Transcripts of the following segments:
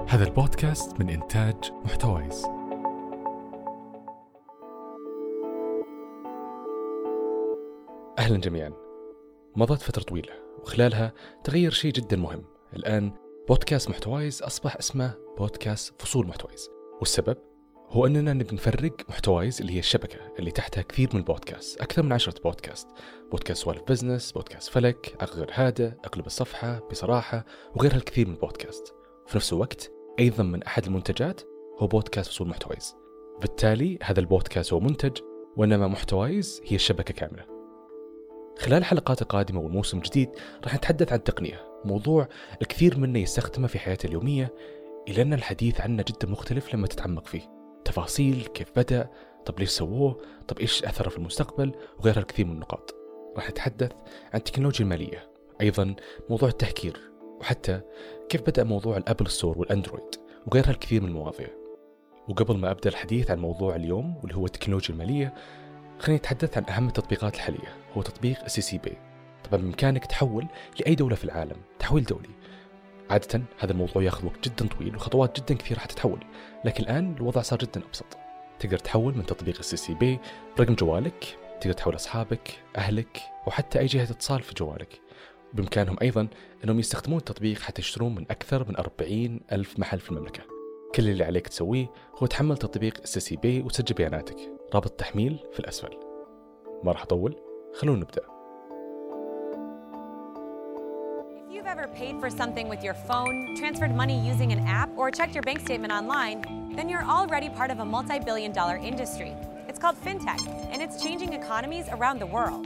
هذا البودكاست من إنتاج محتويس. أهلا جميعا. مضت فترة طويلة وخلالها تغير شيء جدا مهم. الآن بودكاست محتويس أصبح اسمه بودكاست فصول محتويس، والسبب هو أننا نبي نفرق محتويس اللي هي الشبكة اللي تحتها كثير من البودكاست، أكثر من 10 بودكاست سوالف بزنس، بودكاست فلك، أغير هذا، أقلب الصفحة، بصراحة، وغيرها الكثير من البودكاست. في نفس الوقت أيضا من أحد المنتجات هو بودكاست فصول محتويس. بالتالي هذا البودكاست هو منتج، وإنما محتويس هي الشبكة كاملة. خلال الحلقات القادمة والموسم الجديد راح نتحدث عن التقنية، موضوع الكثير منا يستخدمه في حياته اليومية، إلا أن الحديث عنه جدا مختلف لما تتعمق فيه. تفاصيل، كيف بدأ، طب ليش سووه، طب إيش أثره في المستقبل، وغيرها الكثير من النقاط. راح نتحدث عن التكنولوجيا المالية، أيضا موضوع التهكير، وحتى كيف بدأ موضوع الأبل ستور والأندرويد، وغيرها الكثير من المواضيع. وقبل ما أبدأ الحديث عن موضوع اليوم واللي هو التكنولوجيا المالية، خليني أتحدث عن أهم التطبيقات الحالية. هو تطبيق CCB. طبعا بإمكانك تحول لأي دولة في العالم تحويل دولي. عادة هذا الموضوع يأخذ وقت جدا طويل وخطوات جدا كثيرة حتتحول، لكن الآن الوضع صار جدا أبسط. تقدر تحول من تطبيق CCB برقم جوالك، تقدر تحول أصحابك، أهلك، وحتى أي جهة اتصال في جوالك. بإمكانهم أيضا أنهم يستخدمون التطبيق حتى يشترون من أكثر من 40,000 محل في المملكة. كل اللي عليك تسويه هو تحمل تطبيق CCB وتسجل بياناتك. رابط التحميل في الأسفل. ما راح أطول، خلونا نبدأ. If you've ever paid for something with your phone, transferred money using an app, or checked your bank statement online, then you're already part of a multi-billion-dollar industry. It's called fintech, and it's changing economies around the world.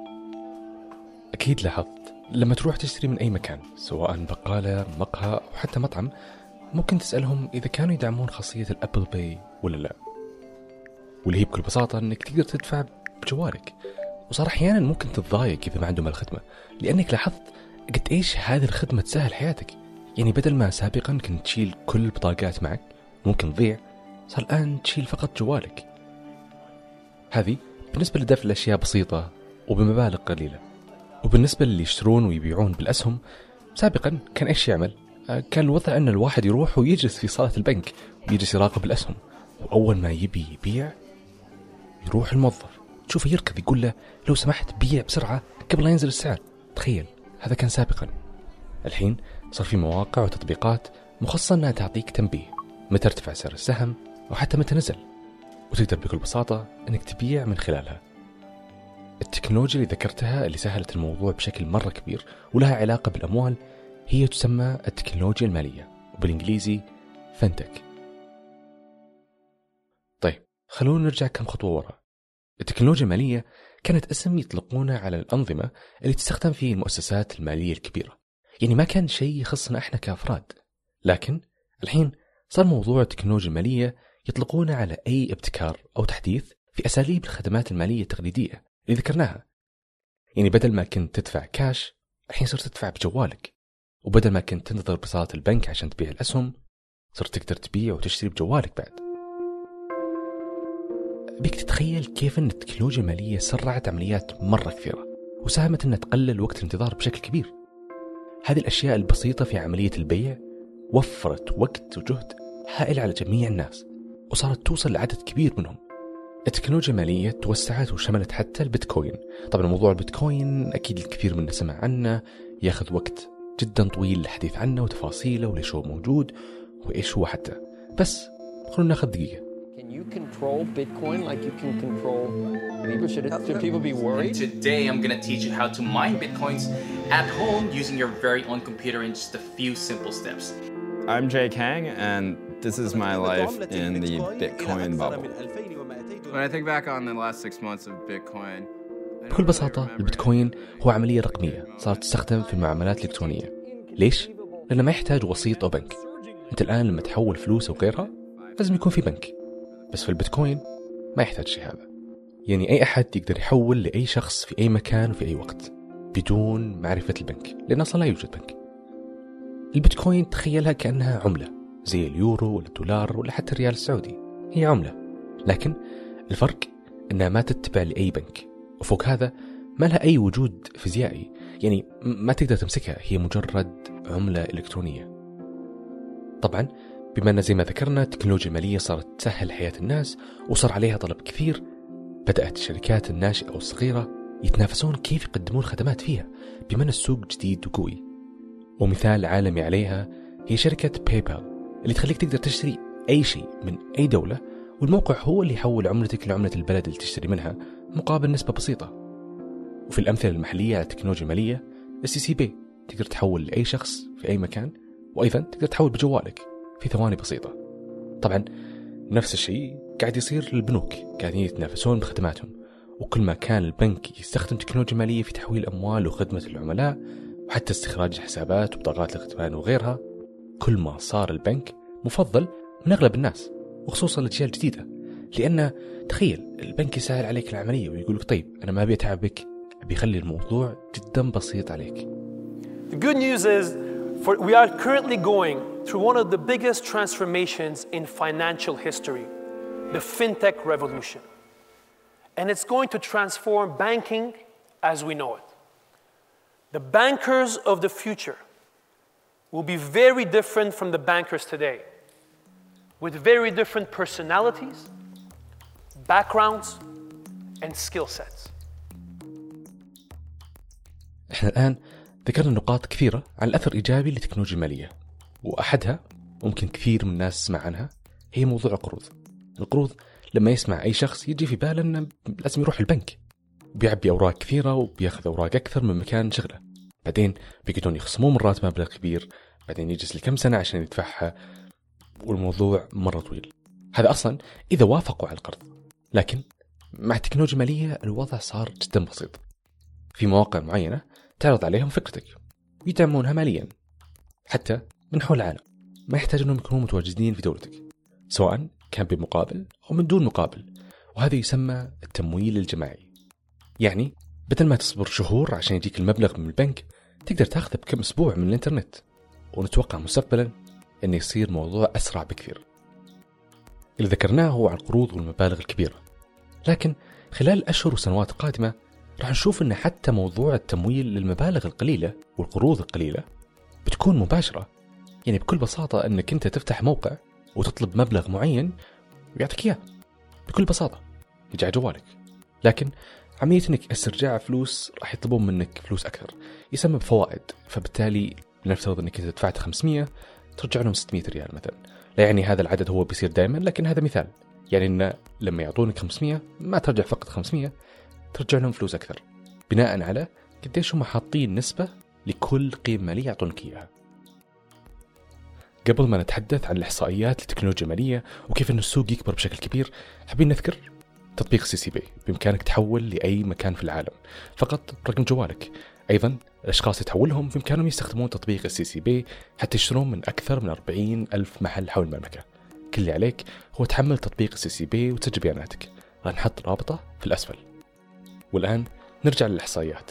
أكيد لاحظت لما تروح تشتري من أي مكان، سواء بقالة، مقهى أو حتى مطعم، ممكن تسألهم إذا كانوا يدعمون خاصية الأبل باي ولا لا، واللي هي بكل بساطة أنك تقدر تدفع بجوالك. وصار أحيانا ممكن تتضايق إذا ما عندهم الخدمة، لأنك لاحظت قد إيش هذه الخدمة تسهل حياتك. يعني بدل ما سابقا كنت تشيل كل البطاقات معك ممكن تضيع، صار الآن تشيل فقط جوالك. هذه بالنسبة لدفع الأشياء بسيطة وبمبالغ قليلة. وبالنسبة للي يشترون ويبيعون بالأسهم، سابقا كان إيش يعمل؟ كان الوضع أن الواحد يروح ويجلس في صالة البنك ويجلس يراقب الأسهم، وأول ما يبي يبيع يروح الموظف تشوفه يركض يقول له لو سمحت بيع بسرعة قبل لا ينزل السعر. تخيل، هذا كان سابقا. الحين صار في مواقع وتطبيقات مخصصة أنها تعطيك تنبيه متى ارتفع سعر السهم أو حتى متى نزل، وتقدر بكل بساطة أنك تبيع من خلالها. التكنولوجيا اللي ذكرتها اللي سهلت الموضوع بشكل مرة كبير ولها علاقة بالأموال هي تسمى التكنولوجيا المالية، وبالإنجليزي فينتك. طيب خلونا نرجع كم خطوة وراء. التكنولوجيا المالية كانت اسم يطلقونه على الأنظمة اللي تستخدم في المؤسسات المالية الكبيرة، يعني ما كان شيء يخصنا احنا كأفراد. لكن الحين صار موضوع التكنولوجيا المالية يطلقونه على أي ابتكار أو تحديث في أساليب الخدمات المالية التقليدية اللي ذكرناها. يعني بدل ما كنت تدفع كاش، الحين صرت تدفع بجوالك. وبدل ما كنت تنتظر بصالة البنك عشان تبيع الأسهم، صرت تقدر تبيع وتشتري بجوالك بعد. بيك تتخيل كيف أن التكنولوجيا المالية سرعت عمليات مرة كثيرة وساهمت أنها تقلل وقت الانتظار بشكل كبير. هذه الأشياء البسيطة في عملية البيع وفرت وقت وجهد هائل على جميع الناس، وصارت توصل لعدد كبير منهم. التكنولوجيا المالية توسعت وشملت حتى البيتكوين. طبعا موضوع البيتكوين أكيد الكثير منا سمع عنه، ياخذ وقت جدا طويل الحديث عنه وتفاصيله وليش هو موجود وإيش هو حتى. بس خلونا ناخذ دقيقة. Can you control Bitcoin like you can control Libra? Should people be worried? Today I'm going to teach you how to mine Bitcoins at home using your very own computer in just a few simple steps. I'm Jay Kang, and this is my life in the Bitcoin bubble. When I think back on the last 6 months of Bitcoin, بكل بساطة البيتكوين هو عملية رقمية صارت تستخدم في المعاملات الإلكترونية. ليش؟ لأنه ما يحتاج وسيط أو بنك. أنت الآن لما تحول فلوس أو غيرها لازم يكون في بنك، بس في البيتكوين ما يحتاج شيء هذا. يعني أي أحد يقدر يحول لأي شخص في أي مكان وفي أي وقت بدون معرفة البنك، لأن أصلا لا يوجد بنك. البيتكوين تخيلها كأنها عملة زي اليورو ولا الدولار ولا حتى الريال السعودي. هي عملة، لكن الفرق أنها ما تتبع لأي بنك، وفوق هذا ما لها أي وجود فيزيائي. يعني ما تقدر تمسكها، هي مجرد عملة إلكترونية. طبعا بما أن زي ما ذكرنا التكنولوجيا المالية صارت تسهل حياة الناس وصار عليها طلب كثير، بدأت الشركات الناشئة والصغيرة يتنافسون كيف يقدمون خدمات فيها بما أن السوق جديد وقوي. ومثال عالمي عليها هي شركة باي بال اللي تخليك تقدر تشتري أي شيء من أي دولة، والموقع هو اللي يحول عملتك لعملة البلد اللي تشتري منها مقابل نسبة بسيطة. وفي الأمثلة المحلية على التكنولوجيا المالية CCB تقدر تحول لأي شخص في أي مكان، وأيضا تقدر تحول بجوالك في ثواني بسيطة. طبعا نفس الشيء قاعد يصير للبنوك، قاعدين يتنافسون بخدماتهم، وكل ما كان البنك يستخدم تكنولوجيا مالية في تحويل أموال وخدمة العملاء وحتى استخراج الحسابات وبطاقات الائتمان وغيرها، كل ما صار البنك مفضل من أغلب الناس وخصوصا الأجيال الجديدة. لأن تخيل البنك يسهل عليك العملية ويقولك طيب أنا ما أبي أتعبك، أبي يخلي الموضوع جدا بسيط عليك. The good news is we are currently going through one of the biggest transformations in financial history, the fintech revolution. And it's going to transform banking as we know it. The bankers of the future will be very different from the bankers today, with very different personalities, backgrounds, and skill sets. احنا الآن ذكرنا نقاط كثيرة عن الأثر الإيجابي للتكنولوجيا المالية، وأحدها ممكن كثير من الناس سمع عنها هي موضوع القروض. القروض لما يسمع أي شخص يجي في باله أنه لازم يروح البنك، بيعبي أوراق كثيرة وبياخذ أوراق أكثر من مكان شغله، بعدين بيقدرون يخصمون من راتبه مبلغ كبير، بعدين يجلس لكم سنة عشان يدفعها، والموضوع مرة طويل. هذا أصلا إذا وافقوا على القرض. لكن مع التكنولوجيا المالية الوضع صار جدا بسيط. في مواقع معينة تعرض عليهم فكرتك يدعمونها ماليا حتى من حول العالم، ما يحتاج أنهم يكونوا متواجدين في دولتك، سواء كان بمقابل أو من دون مقابل. وهذا يسمى التمويل الجماعي. يعني بدل ما تصبر شهور عشان يجيك المبلغ من البنك، تقدر تاخذه بكم أسبوع من الإنترنت. ونتوقع مستقبلا أن يصير موضوع أسرع بكثير. اللي ذكرناه هو عن القروض والمبالغ الكبيرة، لكن خلال الأشهر والسنوات القادمة راح نشوف أن حتى موضوع التمويل للمبالغ القليلة والقروض القليلة بتكون مباشرة. يعني بكل بساطة أنك أنت تفتح موقع وتطلب مبلغ معين ويعطيك إياه بكل بساطة، يجي على جوالك. لكن عملية أنك استرجاع فلوس راح يطلبون منك فلوس أكثر، يسمى بفوائد. فبالتالي لنفترض أنك إذا دفعت 500 ترجع لهم 600 ريال مثلا. لا يعني هذا العدد هو بيصير دائما، لكن هذا مثال. يعني أن لما يعطونك 500 ما ترجع فقط 500، ترجع لهم فلوس أكثر بناء على قديش هم حاطين نسبة لكل قيمة مالية يعطونك إياها. قبل ما نتحدث عن الإحصائيات للتكنولوجيا المالية وكيف أن السوق يكبر بشكل كبير، حابين نذكر تطبيق CCB بإمكانك تحول لأي مكان في العالم فقط رقم جوالك. أيضا الأشخاص يتحولهم بإمكانهم يستخدمون تطبيق CCB حتى يشترون من أكثر من 40,000 محل حول المملكة. كل اللي عليك هو تحمل تطبيق CCB وتسجل بياناتك. راح نحط رابطه في الأسفل. والآن نرجع للإحصائيات.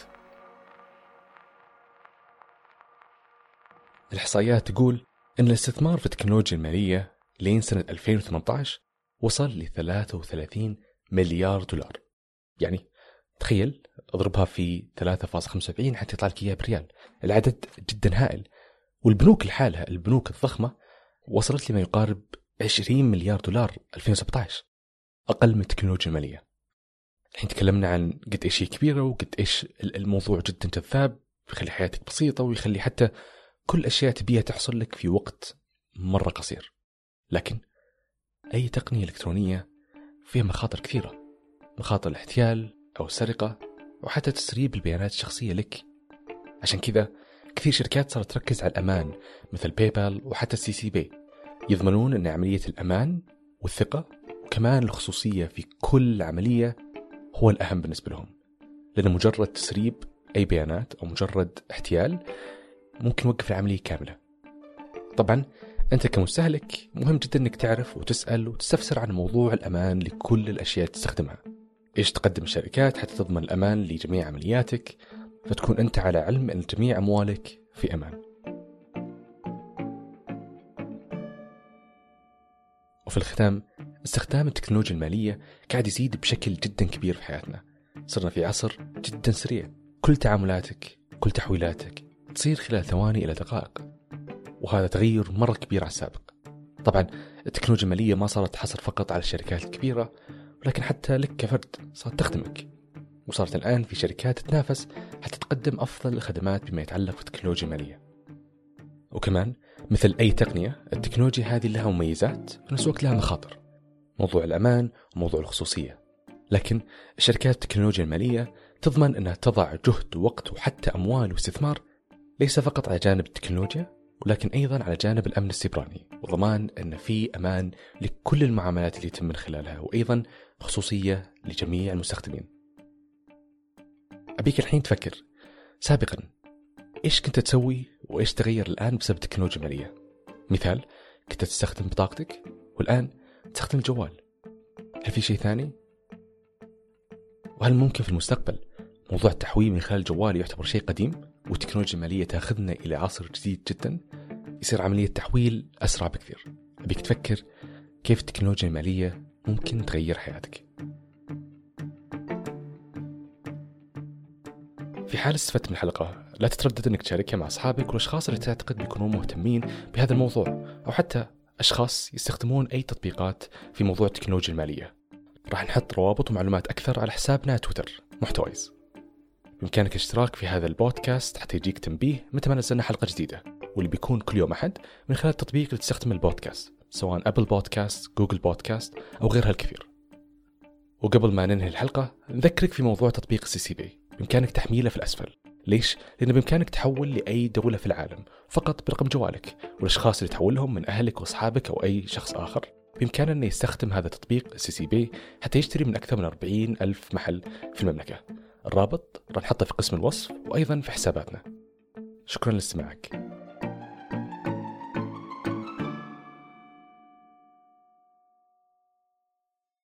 الإحصائيات تقول أن الاستثمار في التكنولوجيا المالية لين سنة 2018 وصل ل 33 مليار دولار. يعني تخيل اضربها في 3.75 حتى يطلع لك إياه بريال. العدد جدا هائل. والبنوك لحالها، البنوك الضخمة، وصلت لما يقارب 20 مليار دولار 2017، أقل من التكنولوجيا المالية. الحين تكلمنا عن قد إيش هي كبيرة وقد إيش الموضوع جدا جذاب، يخلي حياتك بسيطة ويخلي حتى كل أشياء تبيها تحصل لك في وقت مرة قصير. لكن أي تقنية إلكترونية فيها مخاطر كثيرة، مخاطر الاحتيال أو السرقة وحتى تسريب البيانات الشخصية لك. عشان كذا كثير شركات صارت تركز على الأمان مثل باي بال وحتى CCB، يضمنون أن عملية الأمان والثقة وكمان الخصوصية في كل عملية هو الأهم بالنسبة لهم. لأن مجرد تسريب أي بيانات أو مجرد احتيال ممكن يوقف العملية كاملة. طبعا أنت كمستهلك مهم جدا أنك تعرف وتسأل وتستفسر عن موضوع الأمان لكل الأشياء تستخدمها. إيش تقدم الشركات حتى تضمن الأمان لجميع عملياتك، فتكون أنت على علم أن جميع أموالك في أمان. وفي الختام، استخدام التكنولوجيا المالية قاعد يزيد بشكل جدا كبير في حياتنا. صرنا في عصر جدا سريع، كل تعاملاتك كل تحويلاتك تصير خلال ثواني إلى دقائق. وهذا تغير مرة كبير عن السابق. طبعا التكنولوجيا المالية ما صارت حصر فقط على الشركات الكبيرة، ولكن حتى لك كفرد صارت تخدمك، وصارت الآن في شركات تتنافس حتى تقدم أفضل الخدمات بما يتعلق بالتكنولوجيا المالية. وكمان مثل أي تقنية، التكنولوجيا هذه لها مميزات في نفس الوقت لها مخاطر، موضوع الأمان وموضوع الخصوصية. لكن الشركات التكنولوجيا المالية تضمن أنها تضع جهد ووقت وحتى أموال واستثمار ليس فقط على جانب التكنولوجيا، ولكن أيضا على جانب الأمن السيبراني، وضمان أن في أمان لكل المعاملات اللي يتم من خلالها، وأيضا خصوصية لجميع المستخدمين. أبيك الحين تفكر سابقا إيش كنت تسوي وإيش تغير الآن بسبب التكنولوجيا المالية. مثال، كنت تستخدم بطاقتك والآن تستخدم الجوال. هل في شيء ثاني؟ وهل ممكن في المستقبل موضوع التحويل من خلال الجوال يعتبر شيء قديم والتكنولوجيا المالية تأخذنا إلى عصر جديد جدا يصير عملية تحويل أسرع بكثير؟ أبيك تفكر كيف التكنولوجيا المالية ممكن تغير حياتك. في حال استفدت من الحلقة لا تتردد أنك تشاركها مع أصحابك والأشخاص اللي تعتقد بيكونوا مهتمين بهذا الموضوع، أو حتى أشخاص يستخدمون أي تطبيقات في موضوع التكنولوجيا المالية. راح نحط روابط ومعلومات أكثر على حسابنا تويتر محتوايز. بإمكانك الاشتراك في هذا البودكاست حتى يجيك تنبيه متى ما نزلنا حلقة جديدة، واللي بيكون كل يوم أحد من خلال التطبيق اللي تستخدم البودكاست، سواء أبل بودكاست، جوجل بودكاست أو غيرها الكثير. وقبل ما ننهي الحلقة نذكرك في موضوع تطبيق CCB، بإمكانك تحميله في الأسفل. ليش؟ لأنه بإمكانك تحول لأي دولة في العالم فقط برقم جوالك، والأشخاص اللي تحولهم من أهلك وأصحابك أو أي شخص آخر بإمكانه أن يستخدم هذا التطبيق CCB حتى يشتري من أكثر من 40,000 محل في المملكة. الرابط راح نحطه في قسم الوصف وأيضا في حساباتنا. شكرا لاستماعك.